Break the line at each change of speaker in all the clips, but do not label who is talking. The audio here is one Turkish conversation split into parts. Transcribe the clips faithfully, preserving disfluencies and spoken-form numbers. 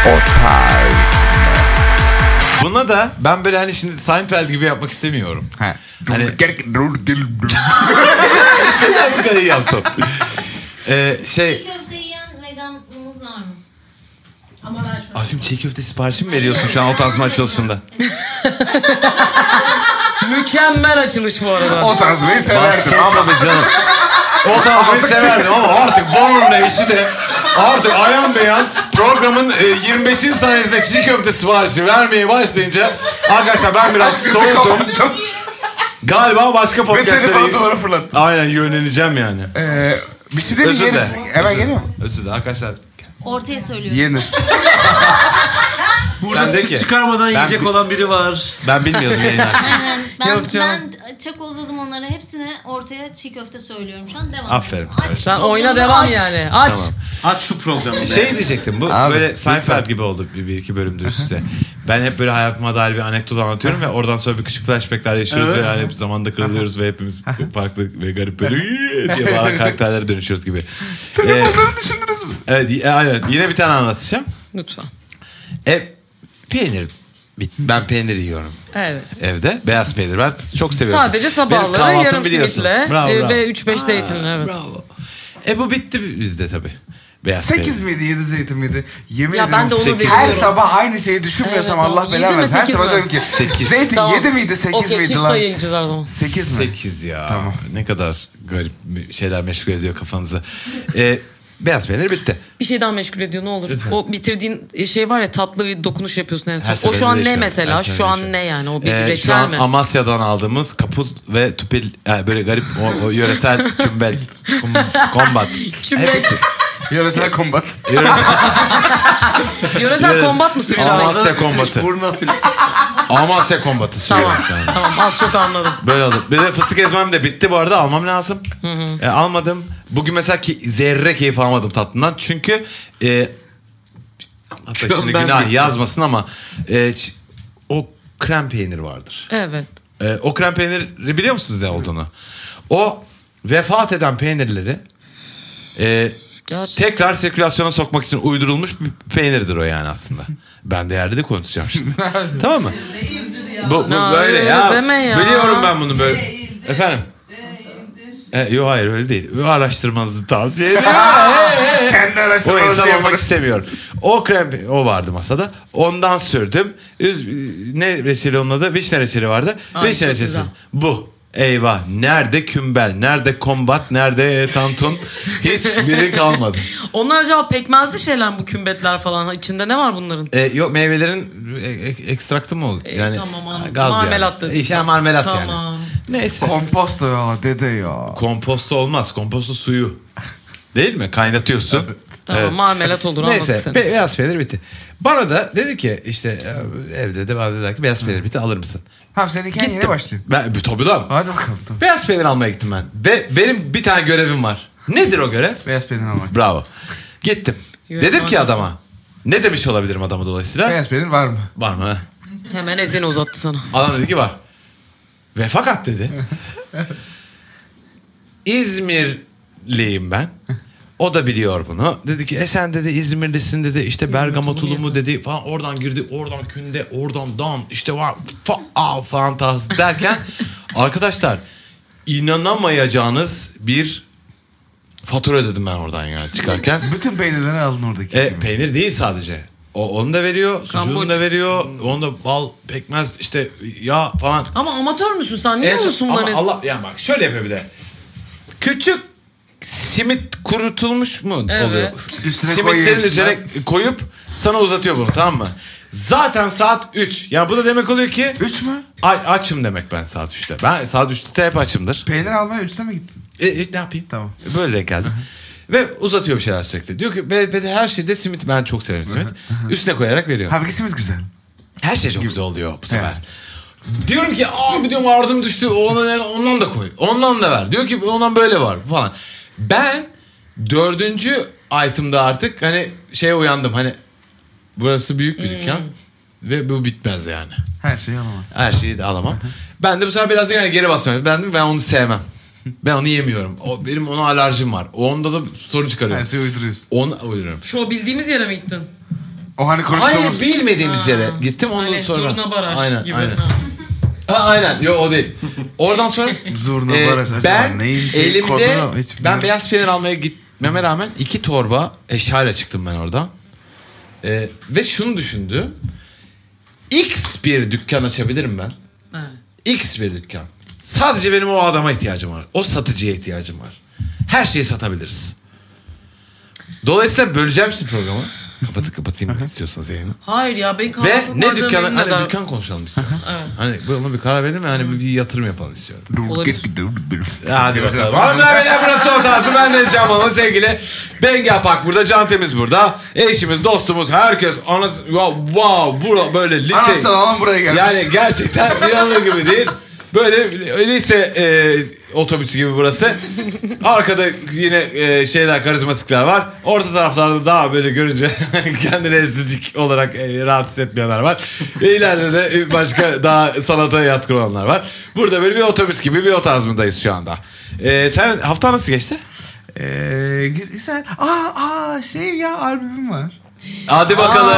O tarz mı?
Buna da ben böyle hani şimdi Seinfeld gibi yapmak istemiyorum.
Ha.
Hani bu kadar yaptım. Ee, şey.
Çiğ köfte yiyen veganımız var mı?
Ama ben şu an...
Aşkım çiğ köfte siparişi mi veriyorsun şu an o tarz mı açılışında?
Mükemmel açılış bu arada.
O tarz mı severdim
Ama be canım. O tarz mı severdim ama artık bunun eşi de artık ayan beyan programın yirmi beşinci saniyesinde çiğ köfte siparişi vermeye başlayınca arkadaşlar ben biraz soğudum. Galiba başka
Ve
podcastlere...
telefonu duvara fırlattım.
Aynen yönleneceğim yani.
Ee, bir şey değil mi?
Özür
Yeriz.
de.
Hemen
Özür-
geliyor mu?
Özür de arkadaşlar.
Ortaya söylüyorum.
Yenir.
Burada
Ben de
çık
ki-
çıkarmadan
ben
yiyecek
bir-
olan biri var.
Ben bilmiyordum yayını açtım.
Aynen. Ben,
Yok canım.
ben çok uzadım onları. Hepsini ortaya çiğ köfte söylüyorum şu an. Devam.
Aferin.
Aç
Evet.
Sen
programı,
oyna devam
aç.
yani. Aç.
Tamam.
Aç şu programı.
Şey diyecektim bu
Abi,
böyle
lütfen.
Seinfeld gibi oldu bir, bir iki bölümdür size. Ben hep böyle hayatıma dair bir anekdot anlatıyorum ve oradan sonra bir küçük flashbackler yaşıyoruz ve yani hep zamanda kırılıyoruz ve hepimiz farklı ve garip böyle diye bağıran karakterlere dönüşüyoruz gibi.
Telefonları düşündünüz mü?
Evet y- aynen yine bir tane anlatacağım.
Lütfen.
E, peynir bit- ben peynir yiyorum
Evet.
evde. Beyaz peynir ben çok seviyorum.
Sadece
Benim
sabahları
kahvaltım
yarım
biliyorsunuz.
simitle
Bravo,
e,
bravo.
ve üç beş
Aa,
zeytinle. Evet.
Bravo. E bu bitti bizde tabii. Beyaz
Sekiz
peynir.
miydi, yedi zeytin miydi? Yemin
Ya
ederim.
ben de onu
sekiz.
biliyorum.
Her sabah aynı şeyi düşünmüyorsam
Evet,
Allah
tamam.
belanı
Yedi mi,
versin. Her
sekiz
sabah
mi?
diyorum ki
Sekiz.
zeytin
Tamam.
yedi miydi, sekiz
Okey,
miydi
çift
lan?
sayıya gideceğiz her zaman.
Sekiz mi?
Sekiz ya.
Tamam.
Ne kadar garip şeyler meşgul ediyor kafanızı. Ee, beyaz peynir bitti.
Bir şey daha meşgul ediyor ne olur.
Lütfen.
O bitirdiğin şey var ya tatlı bir dokunuş yapıyorsun en son.
Her
O
seferinde
şu an ne
değişiyor.
mesela?
Her
Şu
seferinde
an
değişiyor.
ne yani? O bir
Ee, şu
reçel
an
mi?
Amasya'dan aldığımız kapul ve tupil yani böyle garip o, o yöresel çümbel kom- kombat.
Çümbel.
Hepsi.
Yöresel kombat.
Yöresel
Yöre-
kombat mı
Üç
sürüyorsun?
ağız- Amasya kombatı.
Buruna filan.
Amasya kombatı sürüyorum
Tamam.
şu an.
Tamam az çok anladım.
Böyle oldu. Bir de fıstık ezmem de bitti bu arada almam lazım. E, almadım. Bugün mesela ki, zerre keyif almadım tatlından. Çünkü e, Allah da şimdi
Ben
günah
bittim.
yazmasın ama e, ç- o krem peynir vardır.
Evet.
E, o krem peyniri biliyor musunuz ne olduğunu? O vefat eden peynirleri e,
Gerçekten.
tekrar sirkülasyona sokmak için uydurulmuş bir peynirdir o yani aslında. Ben de yerde de konuşacağım şimdi. Tamam mı? Bu, bu
Ya,
böyle
öyle
ya.
deme ya.
Biliyorum ben bunu böyle. Efendim? E, yok hayır öyle değil. Araştırmanızı tavsiye ediyorum.
Kendi
O
araştırmanızı
insan olmak
yaparız.
istemiyor. O krem o vardı masada. Ondan sürdüm. Üz- Ne reçeli onun adı? Vişne reçeli vardı.
Ay,
Vişne
çok
reçeli.
güzel.
Bu. Eyvah. Nerede kümbel? Nerede kombat? Nerede tantun? Hiçbiri kalmadı.
Onlar acaba pekmezli şeyler mi bu kümbetler falan? İçinde ne var bunların?
E, yok meyvelerin e, e, ekstraktı mı oldu?
E,
yani
tamam, anladım.
gaz
Marmelat
yani.
dedin
İşte
sen.
marmelat
Tamam.
yani. Neyse.
Komposto ya dede ya.
Komposto olmaz. Komposto suyu. Değil mi? Kaynatıyorsun.
Tamam
Evet.
marmelat olur anladık
Neyse
seni.
be- beyaz peynir bitti. Bana da dedi ki işte e, evde de bana dediler ki beyaz peynir bitti alır mısın?
Tamam senin hikayen yeni başlıyor.
Ben tabii lan.
Hadi bakalım. Tamam.
Beyaz peynir almaya gittim ben. Ve benim bir tane görevim var. Nedir o görev?
Beyaz peynir almak.
Bravo. Gittim.
Yürü,
Dedim ki
hadi.
adama. Ne demiş olabilirim adama dolayısıyla?
Beyaz peynir var mı?
Var mı?
Hemen ezini uzattı sana.
Adam dedi ki var. Ve fakat dedi. İzmirliyim ben. O da biliyor bunu. Dedi ki e sen dedi İzmirlisin dedi. İşte Bergamotulu mu dedi falan. Oradan girdi. Oradan künde. Oradan dan. İşte var. Fa, a, falan tarzı derken. Arkadaşlar inanamayacağınız bir fatura ödedim ben oradan yani çıkarken.
Bütün peynirleri aldın oradaki.
E, peynir değil sadece. O onu da veriyor, sucuğunu
Kamboç.
da veriyor. Onu da bal, pekmez, işte yağ falan.
Ama amatör müsün sen? Niye
En son-
alıyorsun
ama
bunların hepsini?
Allah yani bak şöyle yapıyor bir de. Küçük simit kurutulmuş mu
Evet.
oluyor?
Üstüne
Simitlerin
koyuyor
üzerine koyup sana uzatıyor bunu, tamam mı? Zaten saat üç. Yani bu da demek oluyor ki
Üç mü?
ay, açım demek ben saat üçte. Ben saat üçte hep açımdır.
Peynir almaya üçte mi gittin?
E, e, ne yapayım?
Tamam.
Böyle denk geldim. Ve uzatıyor bir şeyler sürekli. Diyor ki ve, ve her şeyde simit, ben çok severim simit. Üstüne koyarak veriyor.
Halbuki simit güzel.
Her şey çok güzel oluyor bu sefer. Diyorum ki abi diyorum ardım düştü, ona, ondan da koy. Ondan da ver. Diyor ki ondan böyle var falan. Ben dördüncü item'da artık hani şeye uyandım, hani burası büyük bir dükkan ve bu bitmez yani.
Her şeyi alamazsın.
Her şeyi de alamam. Ben de bu sefer birazcık yani geri basmıyorum. Ben de ben onu sevmem. Ben onu yemiyorum. O, benim ona alerjim var. Onda da sorun çıkarıyor.
Her şeyi uyduruyorsun.
Onu uyduruyorum.
Şu o bildiğimiz yere mi gittin?
O hani
Hayır
konuştuğumuz.
bilmediğimiz
Ha.
yere gittim ondan
Hani
sonra.
Zurna Baraj
Aynen
gibi.
aynen.
Ha.
Ha, aynen. Yok o değil. Oradan sonra
Zurna
e,
Baraj acaba
ben
neyin şey,
elimde
kodunu hiç
ben
bilmiyorum.
beyaz peynir almaya gitmeme rağmen iki torba eşyayla çıktım ben oradan. E, ve şunu düşündüm. X bir dükkan açabilirim ben.
Evet.
X bir dükkan. Sadece benim o adama ihtiyacım var. O satıcıya ihtiyacım var. Her şeyi satabiliriz. Dolayısıyla böleceğim sizin programı. Kapatı kapatayım istiyorsanız yayını.
Hayır ya ben
Ve
kahvaltı
ne
malzemelerini
dükkanı,
de
hani
dar-
dükkan konuşalım istiyorum.
Evet.
Hani buna bir karar verelim mi? Hani bir, bir yatırım yapalım istiyorum.
Olabilir.
Hadi bakalım. Hanımlar beyler burası Odası. Ben de Can Mama sevgili Bengi Apak burada. Can Temiz burada. Eşimiz, dostumuz, herkes. Anası, wow, bura böyle lise.
Anasını alan buraya gelmiş.
Yani gerçekten inanılır gibi değil. Böyle lise e, otobüsü gibi burası. Arkada yine e, şeyler, karizmatikler var. Orta taraflarda daha böyle görünce kendini estetik olarak e, rahatsız etmeyenler var. Ve ileride de başka daha sanata yatkın olanlar var. Burada böyle bir otobüs gibi bir otarzmındayız şu anda. E, sen hafta nasıl geçti?
Eee güzel. Aa aa şey ya albümüm var.
Hadi bakalım.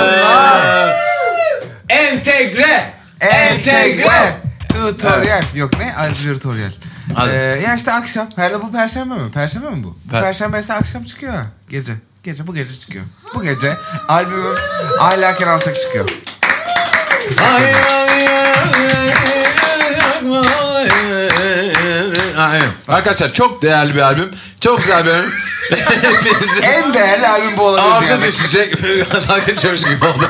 Entegre.
Entegre. Tutorial. Yok ne? Tutorial.
Hadi.
Ee, ya işte akşam. Herhalde bu perşembe mi? Perşembe mi bu? Bu
Per-
perşembe ise akşam çıkıyor ha. Gece. Gece bu gece çıkıyor. Bu gece albümüm Ahlaken Alçak çıkıyor.
Aynen. Arkadaşlar çok değerli bir albüm. Çok güzel bir albüm. Hepinizin
En değerli albüm bu olabilir
ardı
yani.
düşecek. Dalga geçiyormuş gibi oldu.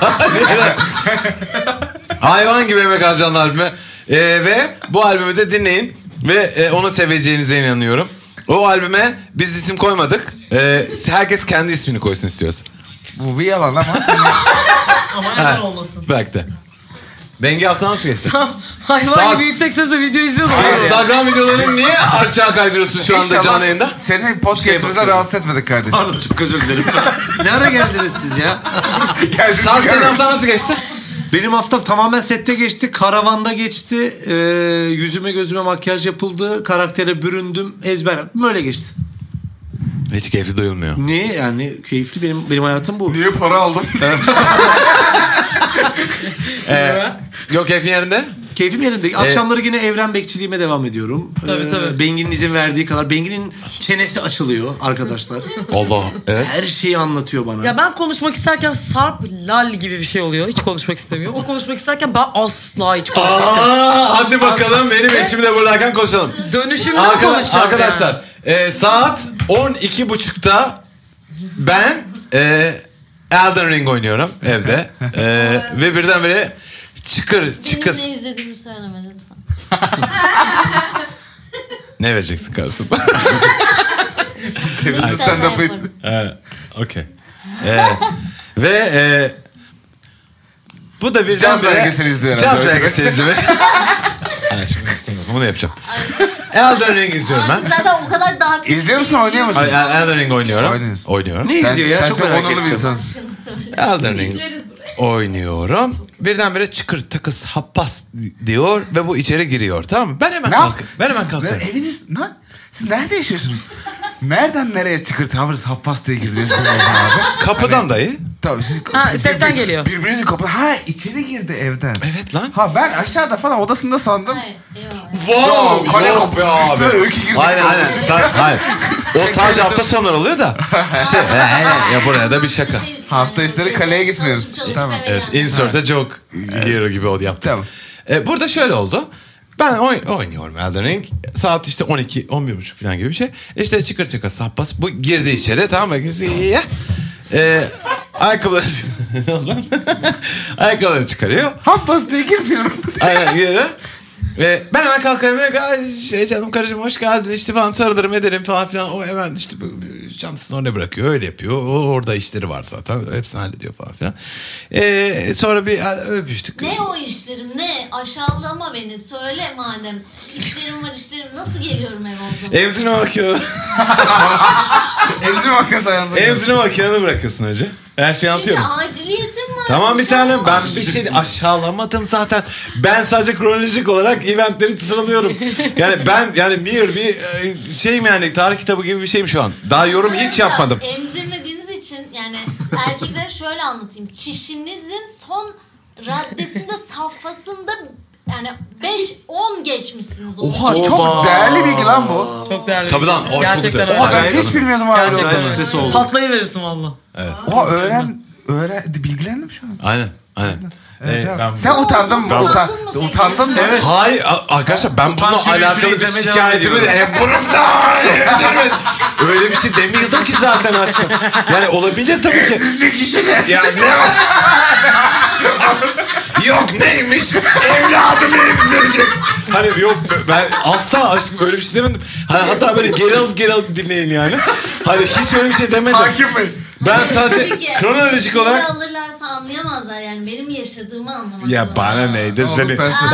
Hayvan gibi emek harcandı albüme. Ee, ve bu albümü de dinleyin. Ve e, onu seveceğinize inanıyorum. O albüme biz isim koymadık. Ee, herkes kendi ismini koysun istiyorsa.
Bu bir yalan ama.
Ama neden olmasın.
Belki de. Bengi hafta nasıl geçti?
Hayvan
Saat-
gibi yüksek sesle video izliyordum.
Instagram videolarını niye arçağa kaydırıyorsun şu anda
İnşallah
canlı yayında?
Seni podcastımıza
bakıyorum.
rahatsız etmedik kardeşim.
Pardon çok özür dilerim. Ne ara geldiniz siz ya?
Kendini
Sarp senin
çıkarmış.
hafta nasıl geçti?
Benim haftam tamamen sette geçti. Karavanda geçti. Ee, yüzüme gözüme makyaj yapıldı. Karaktere büründüm. Ezber yaptım. Öyle geçti.
Hiç keyifli duyulmuyor.
Niye? Yani keyifli benim benim hayatım bu.
Niye para aldım?
Ee, yok keyfin yerinde?
Keyfim yerinde. Akşamları yine evren bekçiliğime devam ediyorum.
Tabii, tabii.
Bengi'nin izin verdiği kadar. Bengi'nin çenesi açılıyor arkadaşlar.
Allah. Evet.
Her şeyi anlatıyor bana.
Ya ben konuşmak isterken Sarp lal gibi bir şey oluyor. Hiç konuşmak istemiyor. O konuşmak isterken ben asla hiç konuşmak istemiyorum.
Aa, hadi bakalım benim eşim de buradayken konuşalım.
Dönüşümde mi
Arka-
konuşacağız
arkadaşlar e, saat on iki buçukta ben e, Elden Ring oynuyorum evde. E, ve birdenbire çıkır çıkız.
Benim ne izlediğimi söyleme lütfen.
Ne vereceksin karşısında?
Ne istersen
stand-up
yaparım.
is-
Evet. Okey. Ee, ve e, bu da bir
Caz belgeseli izliyor
Caz
herhalde.
belgeseli izliyor. Ha, şimdi bunu yapacağım. Elden Ring izliyorum ben.
Abi zaten o kadar daha kötü
İzliyor musun,
şey
oynuyor musun?
Ay, Elden Ring oynuyorum.
Oynuyorsun.
Oynuyorum.
Ne izliyor ya?
Sen
Çok merak
onurlu bir
ettim.
insansın.
Şunu söyle.
Elden Ring oynuyorum. Birdenbire çıkır takız happas diyor ve bu içeri giriyor. Tamam mı? Ben hemen
Ne
kalkıyorum.
yap?
Ben hemen
Siz-
kalkıyorum.
Eviniz... Lan, siz nerede yaşıyorsunuz? Nereden nereye çıkır tavırız happas diye girdiniz abi?
Kapıdan dayı.
Tabii siz...
Ha, setten geliyor.
Birbirinizin kapı... Ha içeri girdi evden.
Evet lan.
Ha ben aşağıda falan odasında sandım.
Hayır, eyvallah.
Wow,
Yo, kale
yok
kapısı
be
düştü,
abi.
öykü girdi.
Aynen aynen. Sa- hayır. O sadece hafta sonları oluyor da. İşte ya buraya da bir şaka.
Şey üstüne
Hafta işleri
yazıyor.
kaleye gitmiyoruz.
Çalışıp çalışıp
Tamam.
eve
Evet,
geldim.
insert a joke hero gibi oldu yaptım.
Tamam.
Ee, burada şöyle oldu. Ben oy- oynuyorum Elden Ring. Saat işte on iki, on bir buçuk falan gibi bir şey. İşte çıkır çıkır sappas. Bu girdi içeri, tamam mı? Ee, ayakkabıları... Ne oldu lan? Ayakkabıları çıkarıyor.
Happas diye girmiyorum.
Aynen geri. Ve ben hemen kalkarım. Ay, şey canım karıcığım hoş geldin işte falan sarılırım ederim falan filan. O hemen işte çantasını oraya bırakıyor. Öyle yapıyor. O orada işleri var zaten. Hepsini hallediyor falan filan. Ee, sonra bir öpüştük.
Ne o işlerim ne? Aşağılama beni. Söyle madem. İşlerim var işlerim. Nasıl geliyorum eve o zaman?
Emzirme makinesi.
Emzirme makinesi ayağınıza.
Emzirme makineni bırakıyorsun önce. Her şeyi
Şimdi
anlatıyorum.
aciliyetim var.
Tamam bir
şey
tanem ben
var.
bir şey aşağılamadım zaten. Ben sadece kronolojik olarak eventleri sıralıyorum. Yani ben yani Mir bir e, şeyim yani tarih kitabı gibi bir şeyim şu an. Daha yorum hiç yapmadım.
Emzirmediğiniz için yani erkekler şöyle anlatayım. Çişinizin son raddesinde safhasında yani beş on geçmişsiniz.
Oha
Oba.
çok değerli bilgi lan bu.
Çok değerli.
Tabii
bir
lan,
şey.
o çok
Gerçekten
değerli.
öyle.
Oha ben
Acayip.
hiç bilmiyordum abi.
Gerçekten
Acayip
öyle.
stresi oldu.
Patlayıverirsin valla.
Evet.
Oha öğren, öğren, bilgilendim şu an.
Aynen. Aynen.
Evet,
Ee,
tamam.
ben-
Sen utandın mı?
Ben-
Utan,
Utandın mı peki?
utandın mı?
Evet.
Hayır a- arkadaşlar ben bununla
Utanç yürüyüşünü
alakalı bir
izlemeye devam
şikayetimi de
ediyorum.
hep bununla öyle bir şey demiyordum ki zaten aşkım. Yani olabilir tabii ki. Ya ne var? Yok neymiş? Evladım emzirecek. Hani yok ben asla aşkım öyle bir şey demedim. Hani hatta böyle geri alıp geri alıp dinleyin yani. Hani hiç öyle bir şey demedim.
Hakim Bey.
Ben sadece
Tabii ki.
kronolojik
Beni
olarak
alırlarsa anlayamazlar yani. Benim yaşadığımı anlamak
ya
zorunda.
bana neydi
Oldu,
seni
perspektif.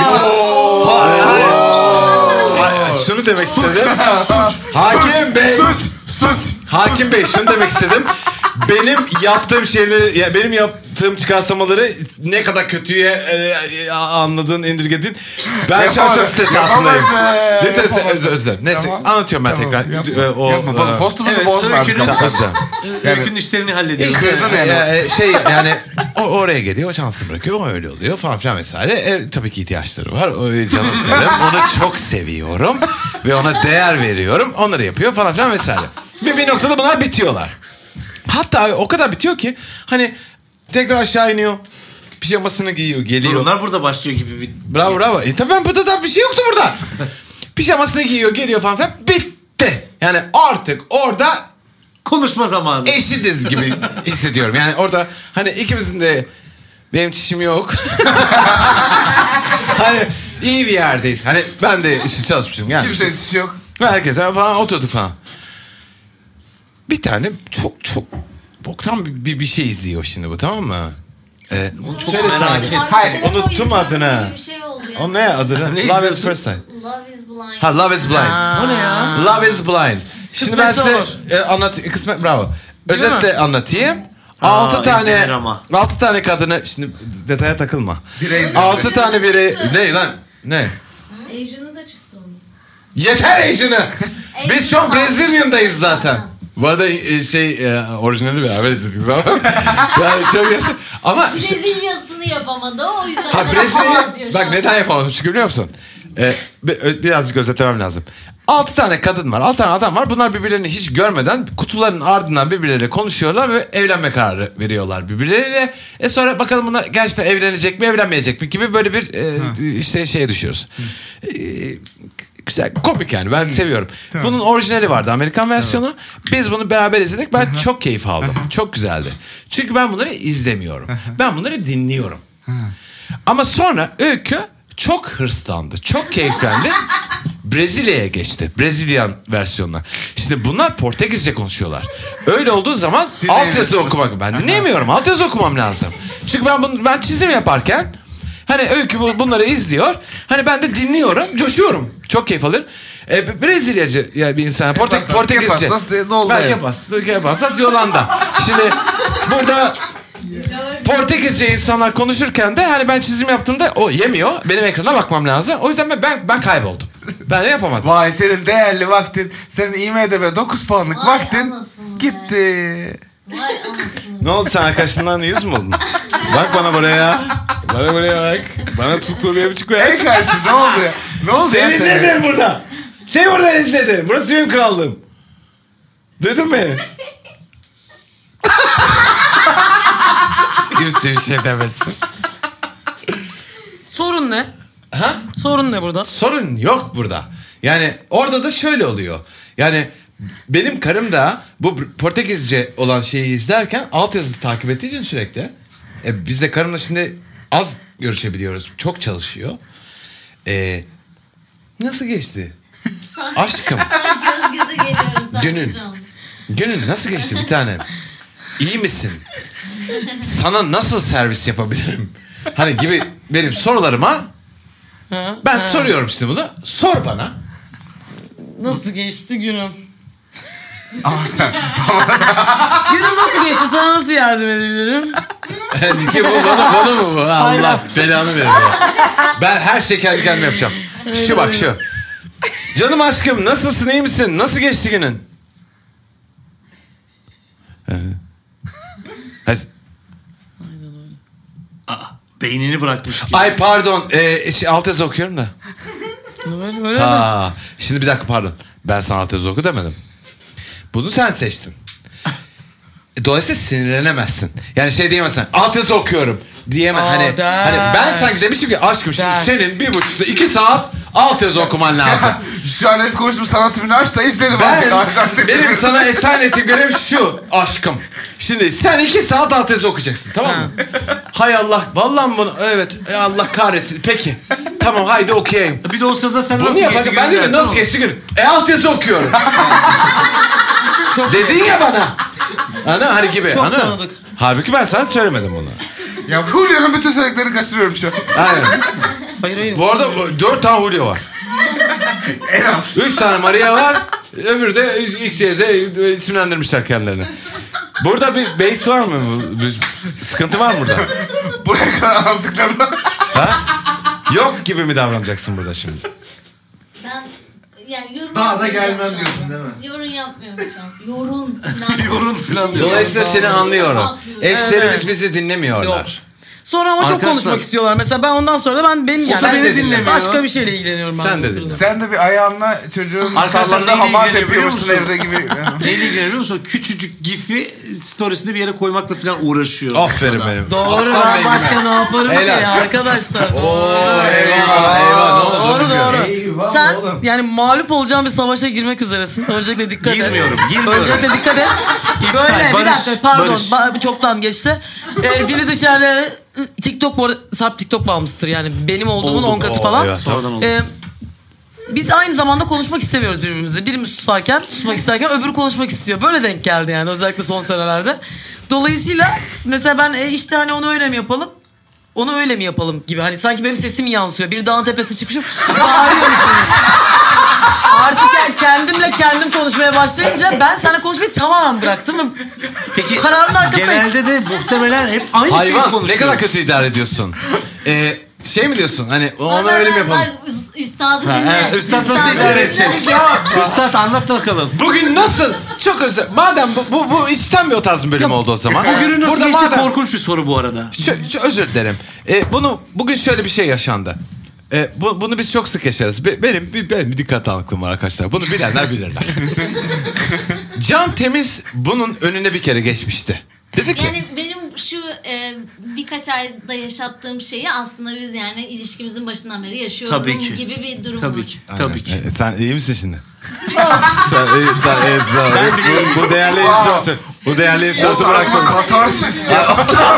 Hayır, şunu demek istedim. Hakim Bey.
Suç, suç.
Hakim Bey şunu demek istedim. Benim yaptığım şeyleri, ya benim yaptığım çıkarsamaları ne kadar kötüye e, e, anladığın, indirgedin. Ben şu an çok stres altındayım.
Yapamadı.
Lütfen
Yapamadı.
özür özür dilerim. Neyse
Tamam.
anlatıyorum ben
Tamam,
tekrar.
yapma.
E, o,
Yapma, bak,
e,
postumuzu
Evet,
bozma artık.
öykünün,
Tamam, özür dilerim.
öykünün işlerini hallediyoruz.
İşte,
Kırdın yani.
e, şey yani o oraya geliyor, o şansı bırakıyor, o öyle oluyor falan filan vesaire. E, tabii ki ihtiyaçları var. O, canım karım, onu çok seviyorum ve ona değer veriyorum. Onları yapıyor falan filan vesaire. Ve bir noktada bunlar bitiyorlar. Hatta o kadar bitiyor ki hani tekrar aşağı iniyor. Pijamasını giyiyor, geliyor.
Sorunlar burada başlıyor gibi bir...
Bravo bravo. E tabii ben burada da bir şey yoktu burada. Pijamasını giyiyor, geliyor falan filan. Bitti. Yani artık orada
Konuşma zamanı.
eşitiz gibi hissediyorum. Yani orada hani ikimizin de benim çişim yok. Hani iyi bir yerdeyiz. Hani ben de işte çalışmışım. Yani
Kimsenin işi yok.
herkese falan oturduk falan. Bir tane çok çok boktan bir, bir, bir şey izliyor şimdi bu, tamam mı? Ee,
çok
şöyle
merak
söyleyeyim.
ettim.
Hayır,
Porno
unuttum
izlemek
adını.
gibi bir şey oldu ya.
O ne adını?
Ne
Love is
izliyorsun?
First Sight.
Love is blind.
Ha, Love is Blind.
O ne ya?
Love is Blind. Şimdi ben
Kısmetse
size
olur.
e, anlat kısmet bravo.
Değil
Özetle
mi?
anlatayım.
Aa,
Altı tane
izlenir ama.
altı tane kadını şimdi detaya takılma.
Birey
Altı tane biri ne lan? Ne?
Asian'ı da çıktı onun.
Yeter Asian'ı. Biz şu an
Asian
Brezilya'dayız zaten. Bu arada e, şey e, orijinali beraber izledik zaten. Yani çok yaşa. Ama
Brezilya'sını yapamadı o yüzden.
ha,
bana
Brezilya
anlatıyor şu
bak
an.
neden yapamadım çünkü biliyor musun? Ee, bi- birazcık özetlemem lazım. Altı tane kadın var, altı tane adam var. Bunlar birbirlerini hiç görmeden kutuların ardından birbirleriyle konuşuyorlar ve evlenme kararı veriyorlar birbirleriyle. E sonra bakalım bunlar gerçekten evlenecek mi, evlenmeyecek mi gibi böyle bir e, işte şeye düşüyoruz. E, güzel, komik yani, ben seviyorum.
Tamam.
Bunun orijinali vardı, Amerikan versiyonu. Biz bunu beraber izledik. Ben çok keyif aldım. Çok güzeldi. Çünkü ben bunları izlemiyorum. Ben bunları dinliyorum. Ama sonra Öykü çok hırslandı. Çok keyiflendi. Brezilya'ya geçti. Brezilyan versiyonuna. Şimdi bunlar Portekizce konuşuyorlar. Öyle olduğu zaman altyazı okumak. Ben dinleyemiyorum. Altyazı okumam lazım. Çünkü ben bunu, ben çizim yaparken hani Öykü bu- bunları izliyor. Hani ben de dinliyorum. Coşuyorum. Çok keyif alır. E, Brezilyacı yani bir insan. Portek,
Kepastas,
Portekizce.
kepastas diye ne oldu
Ben
yani?
kepastas, kepastas Yolanda. Şimdi burada Portekizce insanlar konuşurken de hani ben çizim yaptığımda o yemiyor. Benim ekrana bakmam lazım. O yüzden ben ben, ben kayboldum. Ben de yapamadım.
Vay senin değerli vaktin. Senin I M D B dokuz puanlık
Vay
vaktin
anasını be.
gitti.
Vay anasını.
Ne oldu, sen arkadaşından yüz mü oldun? Bak bana buraya. Bana buraya bak. Bana tuttuğu bir buçuk ver.
Ey kardeşim ne oldu ya? Ne oldu ya
Seni
sana?
izledim burada. Seni burada izledim. Burası benim krallığım. Duydun beni? Kimse bir şey demesin.
Sorun ne?
Ha?
Sorun ne burada?
Sorun yok burada. Yani orada da şöyle oluyor. Yani benim karım da bu Portekizce olan şeyi izlerken altyazı takip ettiği için sürekli. E, biz de karımla şimdi az görüşebiliyoruz. Çok çalışıyor. E, nasıl geçti? Aşkım.
Sana göz göze geliyoruz zaten
Günün.
şu an.
Günün nasıl geçti bir tanem? İyi misin? Sana nasıl servis yapabilirim? Hani gibi benim sorularıma
Ha?
ben
Ha.
soruyorum şimdi bunu. Sor bana.
Nasıl geçti günüm?
Ama sen
Günüm nasıl geçti? Sana nasıl yardım edebilirim?
Ki bu bana, bana mı bu? Allah belanı verir ya. Ben her şeyi kendi kendime yapacağım. Şu bak şu. Canım aşkım nasılsın, iyi misin? Nasıl geçti günün? Hadi,
Beynini bırakmış gibi.
Ay pardon. E, şey, alt yazı okuyorum da.
Öyle, öyle mi?
Ha, şimdi bir dakika pardon. Ben sana alt yazı oku demedim. Bunu sen seçtin. Dolayısıyla sinirlenemezsin. Yani şey diyemezsin. Alt yazı okuyorum. Diyemem.
Aa,
hani,
der.
hani ben sanki demişim ki aşkım şimdi
Der.
senin bir buçuk iki saat alt yazı okuman lazım.
Şu an hep konuşmuş sanat filmini aç da izleyelim.
Ben,
azıcık.
benim sana esen ettiğim görev şu aşkım. Şimdi sen iki saat alt yazı okuyacaksın, tamam mı? Hay Allah, vallahi bunu evet, ey Allah kahretsin. Peki, tamam haydi okuyayım.
Bir de o sırada sen
Bunu
nasıl
yap,
geçti
ben
günün
de
dersin
nasıl
ama.
geçti gün? E alt yazı okuyorum.
Çok
Dedin ya bana. Ana hani gibi.
Çok
ana.
tanıdık.
Halbuki ben sana söylemedim bunu.
Ya Julio'nun bütün söylediklerini kaçırıyorum şu an.
Aynen.
Hayır hayır.
Bu arada dört tane Julio var.
En az.
Üç tane Maria var. Öbürü de X, Y, Z isimlendirmişler kendilerini. Burada bir base var mı? Bir sıkıntı var mı burada?
Buraya kadar anlattıklarımda.
Ha? Yok gibi mi davranacaksın burada şimdi?
Ben yani yorum
Daha da
yapmıyorum
gelmem
şu an.
diyorsun değil mi?
Yorum yapmıyorum şu an. Yorum falan.
Yorun falan diyor.
Dolayısıyla seni anlıyorum. Eşlerimiz
Evet.
bizi dinlemiyorlar.
Yok. Sonra ama çok
Arkadaşlar-
konuşmak istiyorlar. Mesela ben ondan sonra da ben benim
O da
yani
beni dinlemiyor.
başka bir şeyle ilgileniyorum ben.
Sen
bu
de
sırada.
dinle.
Sen de bir ayağınla çocuğun
Arkadaşlar
sallandığı
neyle
hamat
ilgileniyor biliyor
yapıyormuşsun
musun?
evde gibi.
Neyle ilgileniyor biliyor musun? Küçücük gif'i storiesinde bir yere koymakla falan uğraşıyor.
Aferin benim.
Doğru,
Aslan
ben
benim
başka
ya.
ne yaparım ki
Helal.
ya arkadaşlar.
Oo, eyvah eyvah ne oldu?
Doğru doğru.
Eyvah
Sen
oğlum.
yani mağlup olacağın bir savaşa girmek üzeresin. Öncelikle dikkat et.
Girmiyorum, girmiyorum.
Öncelikle dikkat et. Böyle bir
barış,
dakika pardon
barış.
ba- çoktan geçti. Ee, dili dışarıda TikTok bu arada Sarp TikTok bağımlısıdır yani benim olduğumun
Oldum.
on katı
Oo,
falan.
evet.
Sonradan oldu.
Ee, biz aynı zamanda konuşmak istemiyoruz birbirimizle. Birimiz susarken, susmak isterken öbürü konuşmak istiyor. Böyle denk geldi yani özellikle son senelerde. Dolayısıyla mesela ben e, işte hani onu öyle mi yapalım? Onu öyle mi yapalım gibi. Hani sanki benim sesim yansıyor. Bir dağın tepesine çıkmışım. Bağırıyormuşum. Artık yani kendimle kendim konuşmaya başlayınca ben seninle konuşmayı tamamen bıraktım.
Peki
Kararın arkasındayım.
genelde de muhtemelen hep aynı şeyi
Hayvan
konuşuyor.
ne kadar kötü idare ediyorsun. Ee, şey mi diyorsun hani onu
Bak,
öyle mi
bak,
yapalım?
bak, üst- Üstadı
Ha,
dinle.
ha, Üstad nasıl
Üstadı
idare
dinle.
edeceğiz? Üstad anlat bakalım.
Bugün nasıl? Çok özür. Madem bu, bu, bu içten bir o tarz bir bölüm oldu o zaman.
O günün nasıl
Burada
geçti
madem-
korkunç bir soru bu arada.
Şu, şu- özür dilerim. Ee, bunu bugün şöyle bir şey yaşandı. Ee, bu, bunu biz çok sık yaşarız. Be- benim, bir- benim bir dikkat dağınıklığım var arkadaşlar. Bunu bilenler bilirler. Can Temiz bunun önüne bir kere geçmişti. Dedi ki
Yani benim şu e, birkaç ayda yaşattığım şeyi aslında biz yani ilişkimizin başından beri yaşıyorum
Tabii ki.
gibi bir durum
Tabii
var.
ki. Tabii ki.
Ee, sen iyi misin şimdi?
Çok.
Sen, iyi, sen, evet, sen,
Ben bileyim.
bu, bu değerli insörtü. Bu değerli
O
insörtü
tarz
bırakma.
bir katarsis ya.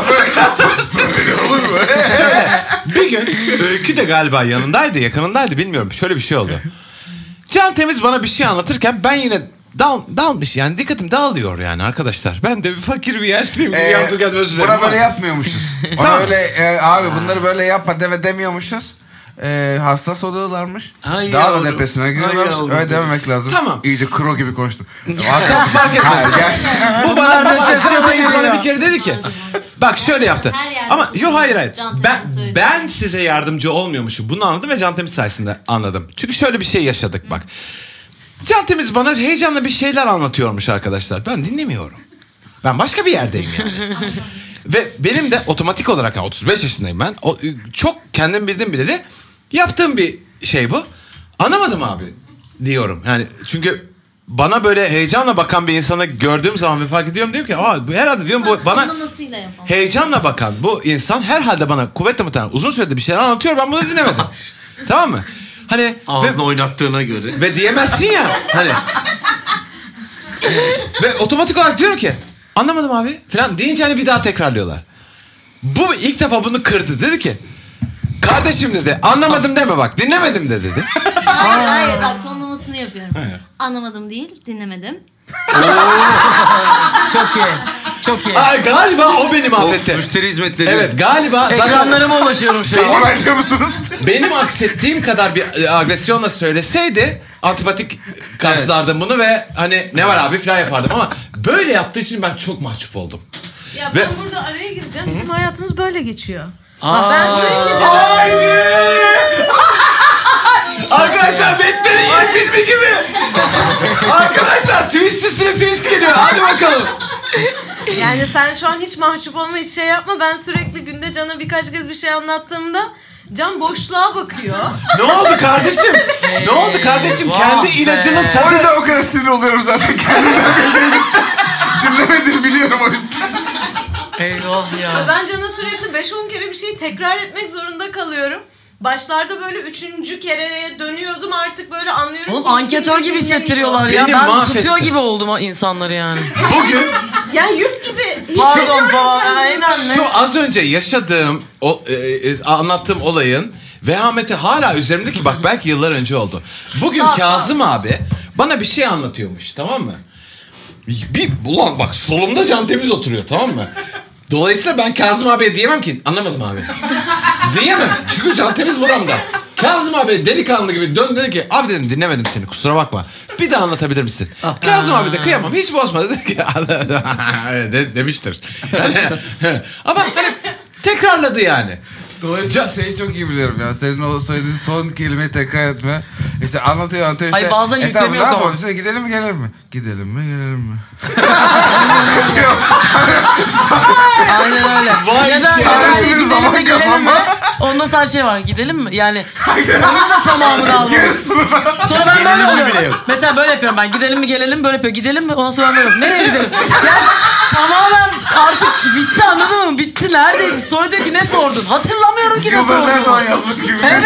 Olur mu?
Bir gün Öykü de galiba yanındaydı, yakınındaydı bilmiyorum. Şöyle bir şey oldu. Can Temiz bana bir şey anlatırken ben yine dal, dalmış yani dikkatim dağılıyor yani arkadaşlar. Ben de bir fakir bir yaşlıyım gibi
Ee,
yaptım kendime özür dilerim.
buna böyle yapmıyormuşuz. Ona
Tamam.
öyle e, abi bunları böyle yapma deme demiyormuşuz. E, hassas oluyorlarmış.
Ay
Daha da
yavrum.
depresyona
Ay
giriyorlarmış.
yavrum.
Öyle dememek lazım.
Tamam.
İyice kro gibi konuştum.
fark etmez.
Hayır gerçekten.
Bu bana, bana,
depresyona
Can Temiz bana
giriyor.
bir kere dedi ki bak şöyle yaptı.
Her yerde
Ama yok hayır hayır.
Can Temiz'in
Ben,
söylediği.
ben size yardımcı olmuyormuşum. Bunu anladım ve Can Temiz sayesinde anladım. Çünkü şöyle bir şey yaşadık bak. Can Temiz bana heyecanla bir şeyler anlatıyormuş arkadaşlar. Ben dinlemiyorum. Ben başka bir yerdeyim yani. Ve benim de otomatik olarak yani otuz beş yaşındayım ben. O, çok kendim bildim bileli yaptığım bir şey bu. Anlamadım abi diyorum. Yani çünkü bana böyle heyecanla bakan bir insanı gördüğüm zaman ve fark ediyorum diyorum ki aa bu herhalde diyorum bu bana
Anlamasıyla yapalım.
heyecanla bakan bu insan herhalde bana kuvvetle muhtemelen uzun süredir bir şeyler anlatıyor, ben bunu dinlemedim. Tamam mı? Hani
Ağzını
ve,
oynattığına göre.
ve diyemezsin ya hani. Ve otomatik olarak diyorum ki anlamadım abi falan deyince hani bir daha tekrarlıyorlar. Bu ilk defa bunu kırdı, dedi ki kardeşim dedi anlamadım deme bak dinlemedim de dedi.
Hayır hayır bak tonlamasını yapıyorum. Anlamadım değil dinlemedim.
Çok iyi. Çok iyi.
Ay galiba o beni
Of
mahvetti.
müşteri hizmetleri.
Evet galiba zaten
Ekranlarıma ulaşıyorum şu an.
Onaycıyor musunuz?
benim aksettiğim kadar bir e, agresyonla söyleseydi antipatik karşılardım bunu ve hani ne var abi falan yapardım ama böyle yaptığı için ben çok mahcup oldum.
Ya
Ve-
ben burada araya gireceğim. Bizim hayatımız böyle geçiyor.
Aa,
Ben sürekli
Arkadaşlar Batman'in yeni filmi gibi. Arkadaşlar twist üstüne twist geliyor. Hadi bakalım.
Yani sen şu an hiç mahcup olma, hiç şey yapma. Ben sürekli günde de Can'a birkaç kez bir şey anlattığımda Can boşluğa bakıyor.
Ne oldu kardeşim? Ne oldu kardeşim? Kendi ilacının
O
tadı...
yüzden o kadar sinir oluyorum zaten kendimden bildiğim için. Dinlemediğini biliyorum o yüzden.
Eyvah ya.
Ben Can'a sürekli beş on kere bir şeyi tekrar etmek zorunda kalıyorum. Başlarda böyle üçüncü kereye dönüyordum, artık böyle anlıyorum.
Oğlum
ki
anketör gibi hissettiriyorlar ya.
Beni
Ben
mahvetti.
tutuyor gibi oldum insanları yani.
Bugün
Yani yük gibi
Pardon
hissediyorum
falan.
kendimi.
Aynen
şu
ne?
az önce yaşadığım, o, e, e, anlattığım olayın vehameti hala üzerimde ki bak belki yıllar önce oldu. Bugün
Sağ ol.
Kazım abi bana bir şey anlatıyormuş, tamam mı? Bir, ulan bak solumda Can Temiz oturuyor, tamam mı? Dolayısıyla ben Kazım abiye diyemem ki anlamadım abi. Diyemem çünkü Can Temiz buramda. Kazım abi delikanlı gibi döndü, dedi ki abi dedim dinlemedim seni, kusura bakma. Bir daha anlatabilir misin? Kazım abi de kıyamam, hiç bozma dedi ki de, demiştir. Yani, ama hani tekrarladı yani.
Dolayısıyla şeyi çok iyi biliyorum ya. Senin o söylediğin son kelimeyi tekrar etme. İşte anlatıyor anlatıyor işte.
Ay bazen
"E, tamam,
yüklemiyor
ne yapalım?
tamam.
İşte gidelim mi gelelim mi? Gidelim mi gelelim mi?
Aynen öyle.
Vay
ya da
şey.
yani
Çaresiz bir
gidelim
zaman
mi gelelim mi?
kazanma.
Ondan sonra şey var, gidelim mi? Yani onun da tamamını almadım.
Yarısını da.
Sonra ben böyle
Gelelim mi bile
oluyorum.
yok.
Mesela böyle yapıyorum ben. Gidelim mi gelelim böyle yapıyor. Gidelim mi? Ondan sonra ben böyle yapıyorum. Nereye gidelim? Yani tamamen artık bitti, anladın mı? Bitti, neredeydi? Sonra diyor ki ne sordun? Hatırlamıyorum ki ne
Yıldız
sordum.
Erdoğan yazmış gibi.
Evet.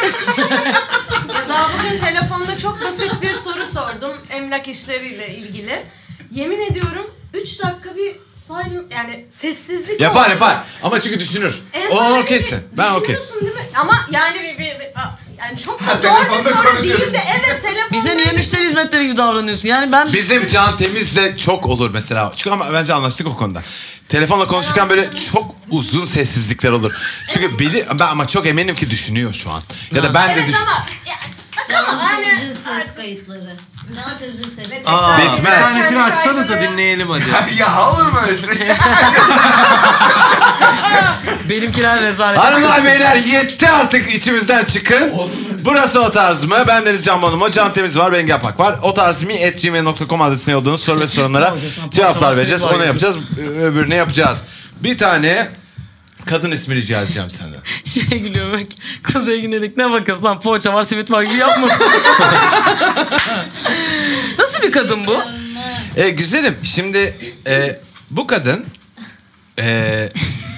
Daha bugün telefonda çok basit bir soru sordum emlak işleriyle ilgili. Yemin ediyorum üç dakika bir silent, yani sessizlik
Yapar
oldu.
yapar ama çünkü düşünür.
En
O
son
o
dedi ki,
okeysin. Ben okey.
düşünüyorsun değil mi? Ama yani bir, bir, bir- yani çok da
Ha,
zor bir
telefonda
soru
konuşuyoruz.
değil de evet telefonda.
Bize niye müşteri hizmetleri gibi davranıyorsun? Yani ben
Bizim Can Temiz'le çok olur mesela. Çünkü ama bence anlaştık o konuda. Telefonla konuşurken böyle çok uzun sessizlikler olur. Çünkü bili ben ama çok eminim ki düşünüyor şu an. Ya da ben de
Evet
düş-
ama ya,
Can
ama yani
Temiz'in ses kayıtları. Can Temiz'in ses kayıtları.
Aa, bir
Bitmez.
tanesini açsanıza dinleyelim hadi.
Ya olur mu öyle şey?
benimkiler rezalet.
Hanımlar beyler yetti artık, içimizden çıkın. Burası O Tarz mı? Ben Deniz Can Bonomo, Can Temiz var, Bengi Apak var. otarzmi at gmail nokta com adresine yolladığınız soru ve sorunlara cevaplar vereceğiz. Onu yapacağız, öbürünü yapacağız. Bir tane kadın ismi rica edeceğim senden.
Şey gülüyorum bak. Kuzey Güney'deki ne bakıyorsun lan, poğaça var simit var gibi yapma. Nasıl bir kadın bu?
E, güzelim. Şimdi e, bu kadın e,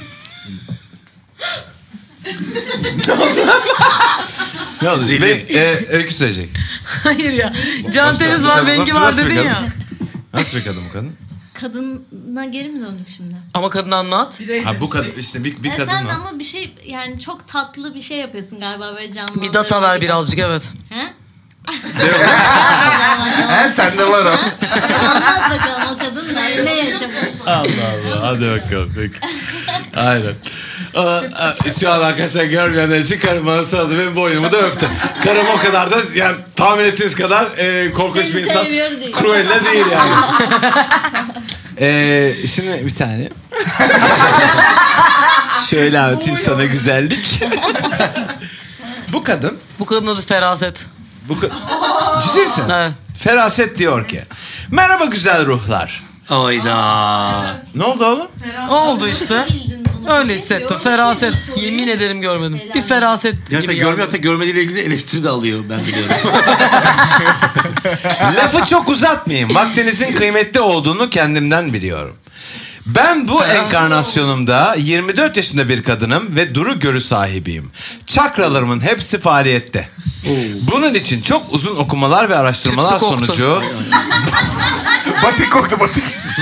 ne oldu?
Zili.
Ve, e, öykü söyleyecek.
Hayır ya. Can Temiz var,
Nasıl-
Bengi
nasıl
var
bir
dedin
kadın?
ya.
Nasıl bir kadın bu kadın?
Kadına geri mi döndük şimdi?
Ama kadını anlat.
Ha bu kadın işte bir, bir
Ya
kadın
sen
var.
ama bir şey yani çok tatlı bir şey yapıyorsun galiba böyle canlı.
Bir data ver birazcık, evet.
He?
He sende var o.
Anlat bakalım o kadın ne, ne yaşamış.
Allah Allah. Hadi bakalım. Peki. Aynen. Aa, aa, şu an arkadaşlar görmeyenler için karım bana sarıldı. Benim boynumu da öptü. Karım o kadar da yani tahmin ettiğiniz kadar e, korkunç
Seni
bir insan.
sevmiyor değil.
Cruella değil yani. e, şimdi bir tane. Şöyle anlatayım sana güzellik. Bu kadın.
Bu kadın adı Feraset.
Bu ka- Ciddi misin?
Evet.
Feraset diyor ki. Merhaba güzel ruhlar.
Ayda.
Ne oldu oğlum?
Oldu işte.
Nasıl bildin bunu?
Öyle hissettim.
Görmüş
Feraset.
müydün soruyu?
Yemin ederim görmedim.
Helal
Bir feraset
Gerçekten
gibi
görmüyor,
geldi.
hatta görmediğiyle ilgili eleştiri de alıyor, ben biliyorum.
Lafı çok uzatmayayım. Vaktinizin kıymetli olduğunu kendimden biliyorum. Ben bu enkarnasyonumda yirmi dört yaşında bir kadınım ve duru görü sahibiyim. Çakralarımın hepsi faaliyette. Bunun için çok uzun okumalar ve araştırmalar
Tütsü koktu.
sonucu
Batik koktu batik.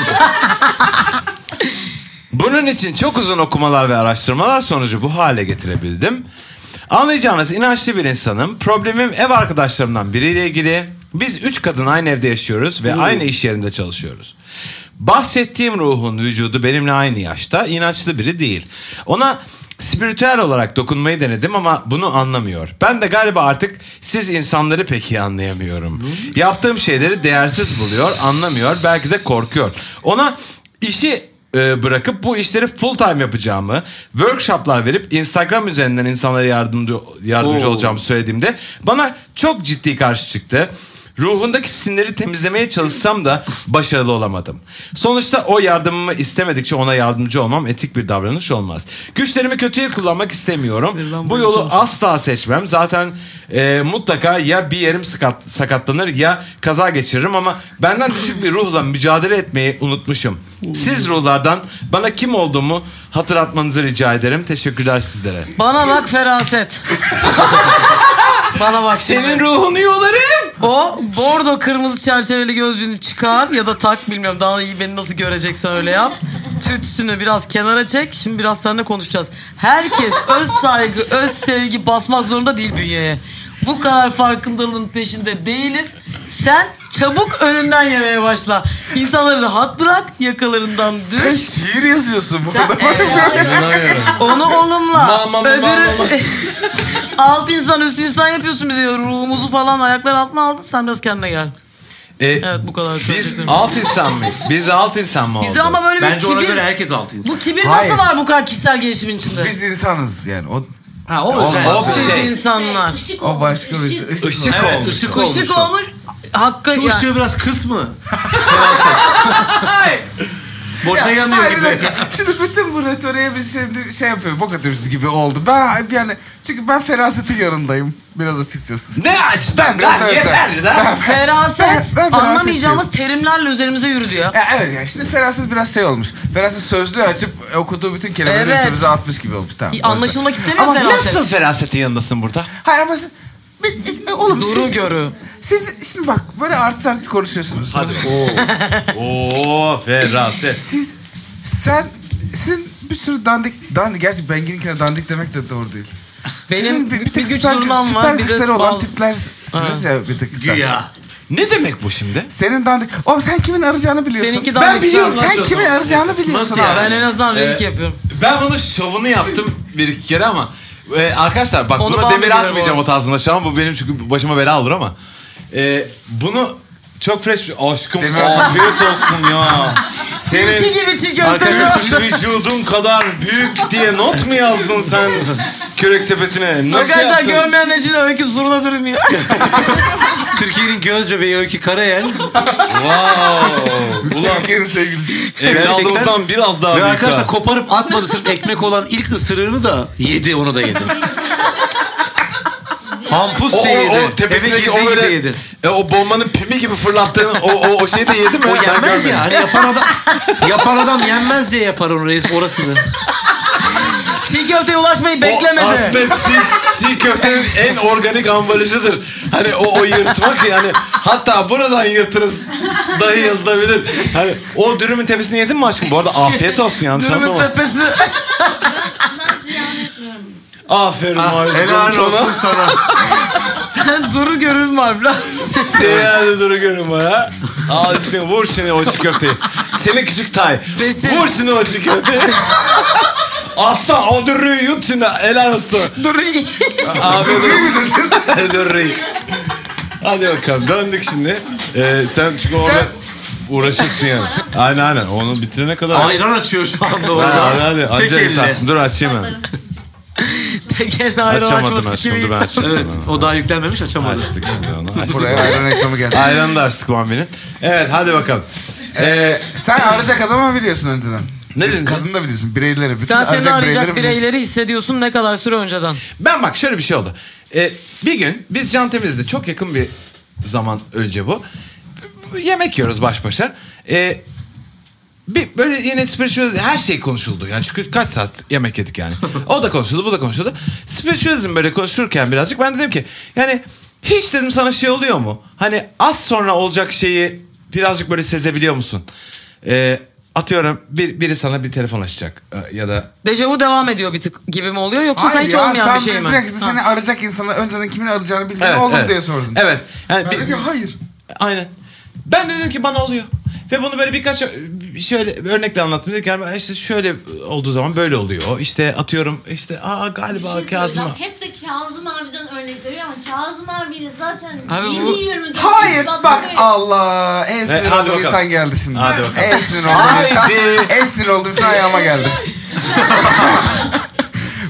Bunun için çok uzun okumalar ve araştırmalar sonucu bu hale getirebildim. Anlayacağınız inançlı bir insanım. Problemim ev arkadaşlarımdan biriyle ilgili. Biz üç kadın aynı evde yaşıyoruz ve aynı iş yerinde çalışıyoruz. Bahsettiğim ruhun vücudu benimle aynı yaşta, inançlı biri değil. Ona spiritüel olarak dokunmayı denedim ama bunu anlamıyor. Ben de galiba artık siz insanları pek iyi anlayamıyorum. Yaptığım şeyleri değersiz buluyor, anlamıyor, belki de korkuyor. Ona işi e, bırakıp bu işleri full time yapacağımı, workshoplar verip Instagram üzerinden insanlara yardımcı yardımcı
Oo.
olacağımı söylediğimde bana çok ciddi karşı çıktı. Ruhundaki sinirleri temizlemeye çalışsam da başarılı olamadım. Sonuçta o yardımımı istemedikçe ona yardımcı olmam etik bir davranış olmaz. Güçlerimi kötüye kullanmak istemiyorum.
Sinirden
Bu yolu
bayılacağım.
asla seçmem. Zaten e, mutlaka ya bir yerim sakat, sakatlanır ya kaza geçiririm ama benden düşük bir ruhla mücadele etmeyi unutmuşum. Siz ruhlardan bana kim olduğumu hatırlatmanızı rica ederim. Teşekkürler sizlere.
Bana bak feraset. Bana bak.
Senin ruhunu yolarım.
O bordo kırmızı çerçeveli gözlüğünü çıkar ya da tak, bilmiyorum, daha iyi beni nasıl göreceksen öyle yap. Tütsünü biraz kenara çek. Şimdi biraz seninle konuşacağız. Herkes öz saygı, öz sevgi basmak zorunda değil bünyeye. Bu kadar farkındalığın peşinde değiliz. Sen çabuk önünden yemeye başla. İnsanları rahat bırak, yakalarından
Sen
düş.
şiir yazıyorsun bu
Sen,
kadar.
evet.
İnanamıyorum.
Onu olumla.
Ma, ma, ma,
Öbürü
ma, ma.
alt insan üst insan yapıyorsun bize. Ruhumuzu falan ayaklar altına aldın. Sen biraz kendine gel.
E,
Evet, bu kadar.
Biz
Söyleyeceklerim.
alt insan mıyız? Biz alt insan mı olduk?
Bize ama böyle bir
Bence ona
kibir.
göre herkes altı insan.
Bu kibir
Hayır.
nasıl var bu kadar kişisel gelişimin içinde?
Biz insanız yani. O
Ha o
O-
özel.
o bir
Siz
şey.
insanlar.
Işık
o
olmuş,
başka bir
ışık.
ışık.
Işık
Evet,
olmuş.
ışık olmuş.
Işık
o.
olmuş. Hakkı
Şu
yani.
ışığı biraz kıs mı? Boşa yanıyor
Hayır, bir
gibi.
dakika. Şimdi bütün bu retoriğe biz şimdi şey yapıyor, bok atıyoruz gibi oldu. Ben yani çünkü ben ferasetin yanındayım biraz açıkçası.
Ne açtın
biraz
lan
evet,
yeter lan.
Feraset.
Ben- ben ferasetçiyim.
Anlamayacağımız terimlerle üzerimize yürüdü ya.
Ya evet yani şimdi feraset biraz şey olmuş. Feraset sözlüğü açıp okuduğu bütün kelimeleri
Evet.
üstümüze atmış gibi olmuş. Tamam.
Anlaşılmak istemiyor
Ama
feraset.
nasıl ferasetin yanındasın burada?
Hayır ama siz- bir- e, oğlum
Duru
siz,
görü.
siz şimdi bak böyle artist artist konuşuyorsunuz.
Hadi. Oo. Oo feraset.
Siz sen sizin bir sürü dandik dandik gerçi Bengin'inkine dandik demek de doğru değil.
Benim
Sizin
bir- bir
tek
güç
süper,
durumum
süper
var, bir de
güçleri olan
bazı-
tiplersiniz
Ha.
ya bir tek.
Güya.
Ne demek bu şimdi?
Senin dandik. Oğlum sen kimin arayacağını biliyorsun.
Seninki
Ben
dandik,
biliyorum.
sen
Sen
anlat o
kimin
zaman.
arayacağını biliyorsun
Nasıl
abi.
yani?
Ben en azından
Ee,
reiki yapıyorum.
Ben bunun şovunu yaptım bir iki kere ama e, arkadaşlar bak
Onu
buna
ben
demir
biliyorum
atmayacağım
o.
o tarzında şu an. Bu benim çünkü başıma bela olur ama. E, bunu çok fresh bir aşkım
Demir-
afiyet olsun ya.
Tilki gibi çiğ köfte
Arkadaşlar
yaptım.
vücudun kadar büyük diye not mu yazdın sen kürek sepetine? Nasıl
Arkadaşlar
yaptın?
görmeyenler için öykü zurna durmuyor.
Türkiye'nin göz bebeği Öykü Karayel.
Wow. Ulan
Türkiye'nin sevgilisi.
evladımızdan biraz daha
Ve
büyük
arkadaşlar
ha.
koparıp atmadı, sırf ekmek olan ilk ısırığını da yedi, onu da yedi. Hampus
O,
diye
o,
yedi.
o
Eve
tepesindeki
girdiği
o
gibi
böyle
yedi.
e, o bombanın pimi gibi fırlattığın o, o, o şeyi de yedi mi?
O
Ben
yenmez
görmedim.
ya. Hani yapan adam yapan adam yenmez diye yapar onu, orasını.
Çiğ köfteye ulaşmayı
O
beklemedi.
aslında çiğ, çiğ köftenin en organik ambalajıdır. Hani o, o yırtmak yani hatta buradan yırtırız dahi yazılabilir. Hani o dürümün tepesini yedin mi aşkım? Bu arada afiyet olsun yanlış
Dürümün
anlama.
tepesi.
Ben ziyan etmiyorum.
Aferin
Ah,
aşkım.
helal olsun sana.
Sen duru görün var biraz.
Değerli duru görün bana. Al şimdi vur şimdi o çiğ köfteyi. Senin küçük tay.
Besin.
Vur şimdi o çiğ köfteyi. Aslan o dürüyü yut şimdi helal olsun.
Duru.
Afiyet olsun. Dürüyü. Hadi bakalım döndük şimdi. Ee, sen çünkü orada uğraşırsın yani. Aynen aynen onu bitirene kadar.
Ayran açıyor şu anda
Hadi
orada.
hadi hadi.
Tek
Anca
elle.
yutarsın. Dur açayım ben.
Tekerin ayran
Açamadım
açması
açtım. Dur
gibi.
ben açayım
Evet,
sana.
o daha yüklenmemiş, açamadı.
Açtık şimdi onu. Açtık.
Buraya ayran reklamı geldi.
Ayranı da açtık Bambi'nin. Evet hadi bakalım.
Ee, sen arayacak adamı biliyorsun önceden.
Ne dedin?
Kadını da biliyorsun. Bireyleri. Bütün
Sen seni arayacak
biliyorsun.
bireyleri hissediyorsun ne kadar süre önceden.
Ben bak şöyle bir şey oldu. Ee, bir gün biz Can Temiz'le çok yakın bir zaman önce bu. Yemek yiyoruz baş başa. Ee, bir böyle yine spiritualizm her şey konuşuldu. Yani çünkü kaç saat yemek yedik yani. O da konuşuldu, bu da konuşuldu. Spiritualizm böyle konuşurken birazcık ben dedim ki yani hiç dedim sana şey oluyor mu? Hani az sonra olacak şeyi birazcık böyle sezebiliyor musun? Ee, atıyorum bir, biri sana bir telefon açacak ee, ya da
Dejavu devam ediyor bir tık gibi mi oluyor yoksa sen
Hayır
hiç
ya,
olmayan
sen
bir şey mi?
direkt
Ha.
seni arayacak insana önceden kimin arayacağını bildiğin
Evet,
oğlum
evet.
diye sordun.
Evet. Yani
Ben
bir-
dedim ki hayır.
Aynen. Ben de dedim ki bana oluyor. Ve bunu böyle birkaç şöyle bir örnekle anlattım. Dedim ki yani işte şöyle olduğu zaman böyle oluyor. İşte atıyorum işte aa
Bir
galiba
şey
Kazım.
söyleyeceğim. Hep de Kazım abiden örnek veriyor ama Kazım abiyle zaten
Abi bu-
yedi yirmi dört
Hayır
bak
bak
böyle-
Allah en sinir
hadi
olduğum
bakalım.
insan geldi şimdi.
Hadi bakalım.
En sinir olduğum insan.
Haydi.
En sinir olduğum insan ayağıma geldi. Bu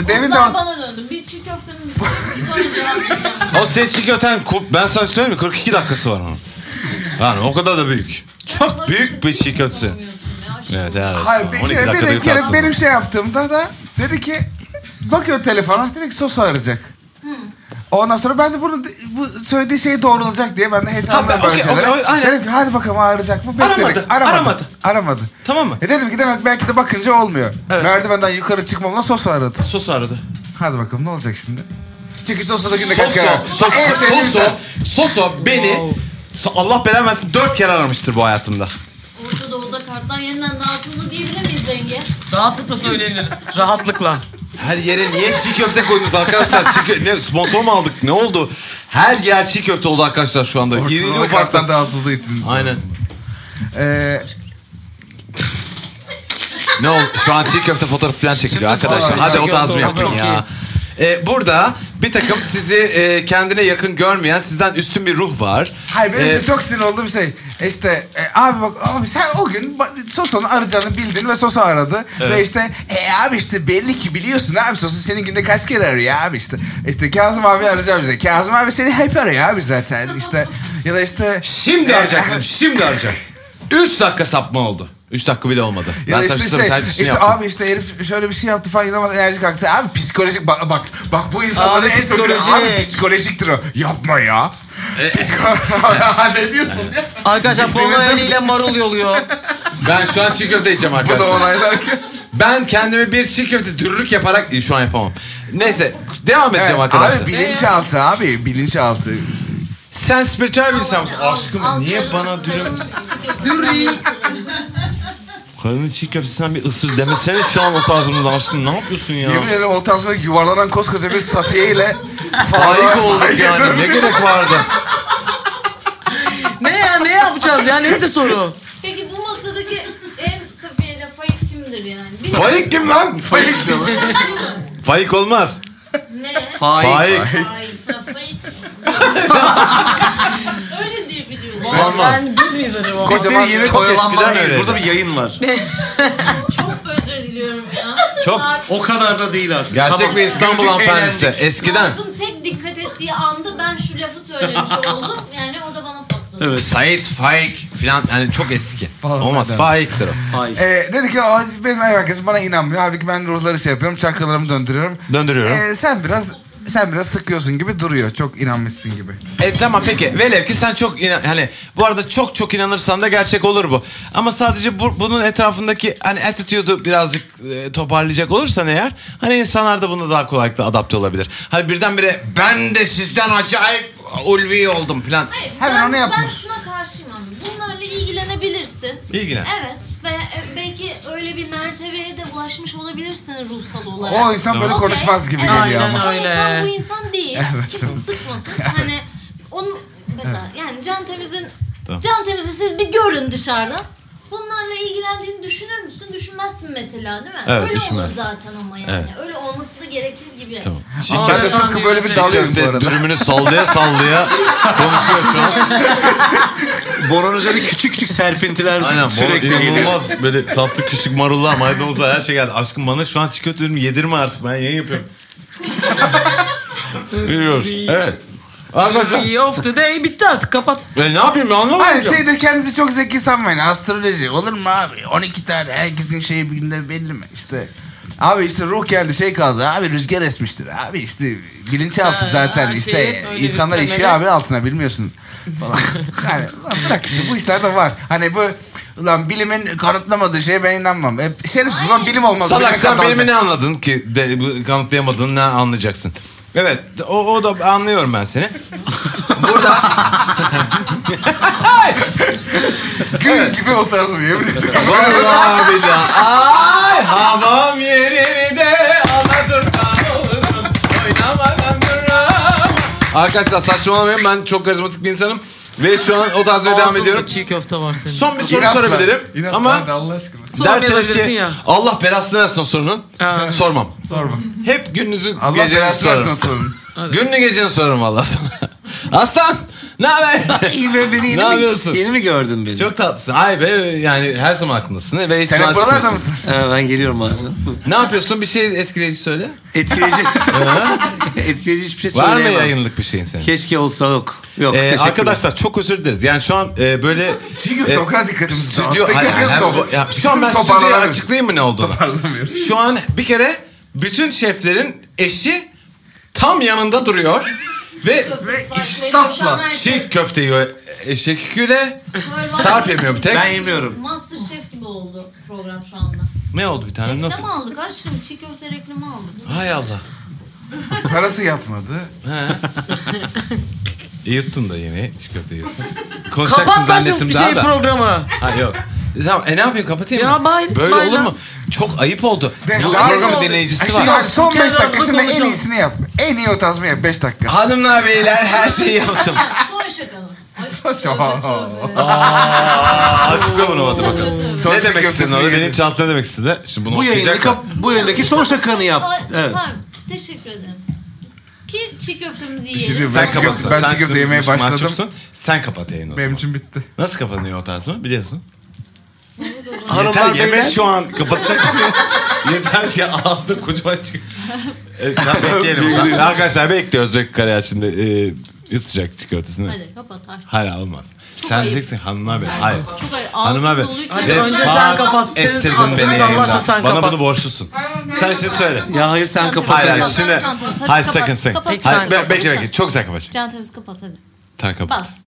demin de
Ben bana döndüm. Bir çiğ köftenin bir sonra cevap vereceğim.
O senin çiğ köften ben sana söyleyeyim mi? kırk iki dakikası var onun. Yani o kadar da büyük. Çok büyük bir çiğ köfte. Evet, evet.
Hayır bir kere, bir, bir kere benim şey yaptığımda da dedi ki bakıyor telefona dedi ki sosu arayacak. Hmm. Ondan sonra ben de bunu bu söylediği şey doğrulacak diye ben de heyecanlandım böyle
okay,
şeylere.
okay, aynen.
Dedim ki hadi bakalım arayacak mı? Bekledik.
Aramadı,
Aramadı.
aramadı.
Aramadı.
Tamam mı?
E dedim ki demek belki de bakınca olmuyor.
Evet.
Merdivenden yukarı çıkmamla sosu aradı.
Sos aradı.
Hadi bakalım ne olacak şimdi? Çünkü sosu da günde kaç
Soso,
kere aradı.
Soso,
En sevdiğim
Soso,
sen.
Soso beni so- Allah belanı versin dört kere aramıştır bu hayatımda.
Orta Doğu'da kartlar yeniden dağıtıldı diyebilir miyiz Bengi?
Rahatlıkla söyleyebiliriz. Rahatlıkla.
Her yere niye çiğ köfte koydunuz arkadaşlar? Çiğ kö- ne, sponsor mu aldık? Ne oldu? Her yer çiğ köfte oldu arkadaşlar şu anda. İri
Ortada
ufaktan.
kartlar dağıtıldığı için.
Aynen.
Ee,
Ne oldu? Şu an çiğ köfte fotoğrafı falan çekiliyor
Şimdi
arkadaşlar.
sonra
Hadi
çiğ
o tarz
köfte
mı
oldu,
yapın
çok
ya? Ee, burada bir takım sizi e, kendine yakın görmeyen, sizden üstün bir ruh var.
Hayır benim
Ee,
işte çok sinir olduğum şey işte e, abi bak abi sen o gün ba- Soso'nun arayacağını bildin ve Soso aradı
Evet.
ve işte e, abi işte belli ki biliyorsun abi Soso senin günde kaç kere arıyor abi işte işte Kazım abi arayacağım işte Kazım abi seni hep arıyor abi zaten işte ya da işte
Şimdi
e,
arayacaktım, şimdi arayacak. Üç dakika sapma oldu. Üç dakika bile olmadı.
ya da
Ben
işte
tabii
şey
sadece
işte
yaptım.
abi işte herif şöyle bir şey yaptı falan inanılmaz enerji kalktı abi psikolojik bak bak bak bu insanların
Abi
en çok
psikolojik.
abi psikolojiktir o yapma ya.
E-
Psiko- ne diyorsun ya?
Arkadaşlar
Bildiğinizde
Polo
mi?
eliyle marul yoluyor.
Ben şu an çiğ köfte yiyeceğim
Bu da
arkadaşlar.
onaylarken.
Ben kendime bir çiğ köfte dürürlük yaparak şu an yapamam.
Neyse, devam edeceğim
Evet,
arkadaşlar.
abi bilinçaltı abi bilinçaltı.
Sen spiritüel bir insan mısın?
Al-
Aşkım
al-
niye
al-
bana dürüm...
karının çiğ köftesinden bir ısırık.
Karının çiğ köftesinden bir ısır demesene şu an o tarzımda aşkım ne yapıyorsun ya?
Yemin ederim o tasma yuvarlanan koskoca bir Safiye ile
Faik olduk yani ne gerek vardı?
Ne ya ne yapacağız ya neydi soru?
Peki bu masadaki en Safiye ile Faik kimdir yani? Biz...
Faik kim lan?
Faik diyor.
Değil mi?
Faik olmaz.
Ne?
Faik.
Faik.
Faik. Ha, Faik. Öyle diye biliyoruz.
Olmaz.
Ben biz miyiz acaba?
Biz seni yemek
çok
oyalanman
eskiden
değiliz.
öyleydi.
Burada bir yayın var.
Çok özür diliyorum ya.
Çok-
Saat-
O kadar da değil artık.
Gerçek
Tamam.
bir İstanbul
Güldük,
hanımefendisi.
eğlendik.
Eskiden.
Sarp'ın tek dikkat ettiği anda ben şu lafı söylemiş oldum. Yani o da bana patladı.
Evet.
Sait, Faik falan yani çok eski.
Falan
Olmaz.
neden?
Faik'tir o.
Hayır.
Ee, dedi ki o, benim ev arkadaşım bana inanmıyor. Halbuki ben ruhları şey yapıyorum. Çakralarımı döndürüyorum.
Döndürüyorum.
Ee, sen biraz sen biraz sıkıyorsun gibi duruyor. Çok inanmışsın gibi.
E, tamam peki velev ki sen çok inan hani bu arada çok çok inanırsan da gerçek olur bu. Ama sadece bu, bunun etrafındaki hani attitude'u birazcık e, toparlayacak olursan eğer hani insanlar da buna daha kolaylıkla adapte olabilir. Hani birdenbire ben de sizden acayip ulvi oldum falan.
Hayır,
Hemen
ben,
onu yapma.
Ben şuna karşıyım abi. Bunlarla ilgilenebilirsin.
İlgilen.
Evet ve e, belki öyle bir mertebeye de ulaşmış olabilirsin ruhsal olarak.
O insan böyle
Okey,
konuşmaz gibi
evet.
geliyor
Aynen
ama.
O
öyle.
insan bu insan değil. Kimse sıkmasın. Hani onun mesela yani Can Temiz'in
Tamam.
Can Temiz'i siz bir görün dışarıdan. Bunlarla ilgilendiğini düşünür müsün? Düşünmezsin mesela değil mi?
Evet,
öyle olur
düşünmezsin.
zaten ama yani.
Evet.
Öyle olması da gerekir gibi.
Tamam.
Ben de tıpkı böyle bir dalıyorum bu
Köfte
arada.
dürümünü sallaya sallaya konuşuyor şu an.
Bonun üzerine küçük küçük serpintiler
Aynen
sürekli
sürekli
geliyor.
inanılmaz böyle tatlı küçük marullar maydanozlar her şey geldi. Aşkım bana şu an çiğ köfte dürümü yedirme artık ben yayın yapıyorum. Biliyoruz. Evet. Arkadaşlar.
Free of the day bitti artık kapat.
Ben ne yapayım ben anlamadım.
Hayır şeydir kendinizi çok zeki sanmayın. Astroloji olur mu abi? on iki tane herkesin şeyi bir günde belli mi? İşte abi işte ruh geldi şey kaldı. Abi rüzgar esmiştir. Abi işte bilinçaltı
Ha,
zaten
her
işte
şeyi öyle
insanlar
bir
işiyor
temeli-
abi altına bilmiyorsun falan. Yani lan bırak işte bu işler de var. Hani bu ulan bilimin kanıtlamadığı şeye ben inanmam. E, şerefsiz lan bilim olmaz.
Salak
Bilim
sen
kanıtlamaz.
bilimi ne anladın ki de, bu kanıtlayamadığını ne anlayacaksın? Evet o, o da anlıyorum ben seni. Burada
Gün gibi o tarz mı? Yemin ederim.
vallahi billahi ay havam yerinde Alaturka olurum oynamadan duram. Arkadaşlar saçmalamayın ben çok karizmatik bir insanım ve şu an o tarzda devam
Ağzında
ediyorum.
çiğ köfte var senin.
Son bir soru
İnatla.
sorabilirim
İnatla,
ama
hadi Allah aşkına.
Sormayabilirsin
derseniz ki
ya.
Allah belasını versin o sorunun.
Ha.
Sormam.
Sorma.
Hep gününüzü
Allah
gecenizi
belasını versin
sorarım.
o sorun.
Gününü geceni sorarım Allah sana. Aslan
Ne haber?
İyi be, beni yeni
Ne
mi,
yapıyorsun?
yeni mi gördün beni?
Çok tatlısın. Ay be yani her zaman aklındasın. Ve hiç
Sen
sana
hep buralarda
çıkmıyorsun.
mısın?
Ha, ben geliyorum bazen.
Ne yapıyorsun? Bir şey etkileyici söyle.
Etkileyici. Etkileyici hiçbir şey
Var mı
söyleyemem.
yayınlık bir şeyin senin?
Keşke olsa yok. Yok
Ee,
teşekkürler.
arkadaşlar çok özür dileriz. Yani şu an e, böyle...
Çiğ köfte
e,
o kadar dikkatimizi
Stüdyo,
dağıttı.
hayır, hayır,
Top-
ya, şu an ben stüdyoyu
Toparlanamıyorum.
açıklayayım mı ne olduğunu?
Toparlanamıyoruz.
Şu an bir kere bütün şeflerin eşi tam yanında duruyor. Ve
iştahla
çiğ köfte yiyor eşek yüküyle. Sarp yemiyor bir tek.
Ben yemiyorum.
Masterchef gibi oldu program şu anda.
Ne oldu bir tane? Nasıl?
Reklam aldık aşkım. Çiğ köfte reklamı aldık.
Hay Allah.
Parası yatmadı.
He. E, yuttun da yine çiğ köfte yiyorsun. Konuşacaksın
Kapatmasın
zannettim
bir
daha
şey
da.
programı.
Ha yok. E, tamam e ne yapayım kapatayım
Ya
mı?
bay-
Böyle
bayla.
olur mu? Çok ayıp oldu.
De-
Bu
daha
programın
sonra-
dinleyicisi
Şimdi
var.
bak son
Kendi
beş dakika
aramızda
şimdi en
konuşalım.
iyisini yap. En iyi otasını yap beş dakika.
Hanımlar beyler her şeyi yaptım.
Son şakanı. Ay,
Saçma.
tövbe, tövbe.
Aa, açıkla bunu hadi bakalım.
Son
Ne
çiğ
demek istedin
köftesini
orada?
yedi.
Bilinçaltı ne demek istedi? Şimdi bunu
Bu yayında
okuyacaklar.
kap, bu yayındaki son şakanı yap.
Ay,
Evet.
Sarp, teşekkür ederim. Ki çiğ köftemizi
şey
yiyelim.
diyeyim,
Sen
Ben çiğ
kapat.
köfte- ben çiğ köfte
şimdi
yemeye başladım.
mahcupsun. Sen kapat yayını o
Benim
zaman.
için bitti.
Nasıl kapanıyor o tarz mı? Biliyorsun.
Hanımlar
Yeter yeme
beyler.
şu an kapatacaksın. Yeter ki ağzında kocaman çık. Evet, tamam, bekleyelim. o zaman. Arkadaşlar bekliyoruz Zeki Karayel şimdi e, yutacak çiğ köftesini.
Hadi kapat hadi.
Hayır olmaz.
Çok
Sen
ayıp.
diyeceksin hanıma bey. Hayır.
Çok ayıp.
Hanıma
Ağzım
bey.
doluyken.
Hadi
Ve
önce sen
vaat
kapat. Senin
ettirdin
aslında
beni
sen
yayında.
başla, sen
Bana
kapat.
bunu borçlusun. Sen şimdi söyle.
Ya hayır sen
Çantamı
kapat.
Hayır hayır
kapat.
şimdi.
Çantamı, hadi
Hayır
kapat,
sakın sakın.
kapat.
Peki, sen
Hayır be-
kapat.
bekle bekle. Çok güzel kapat.
Can temiz kapat hadi.
Sen kapat.
Bas.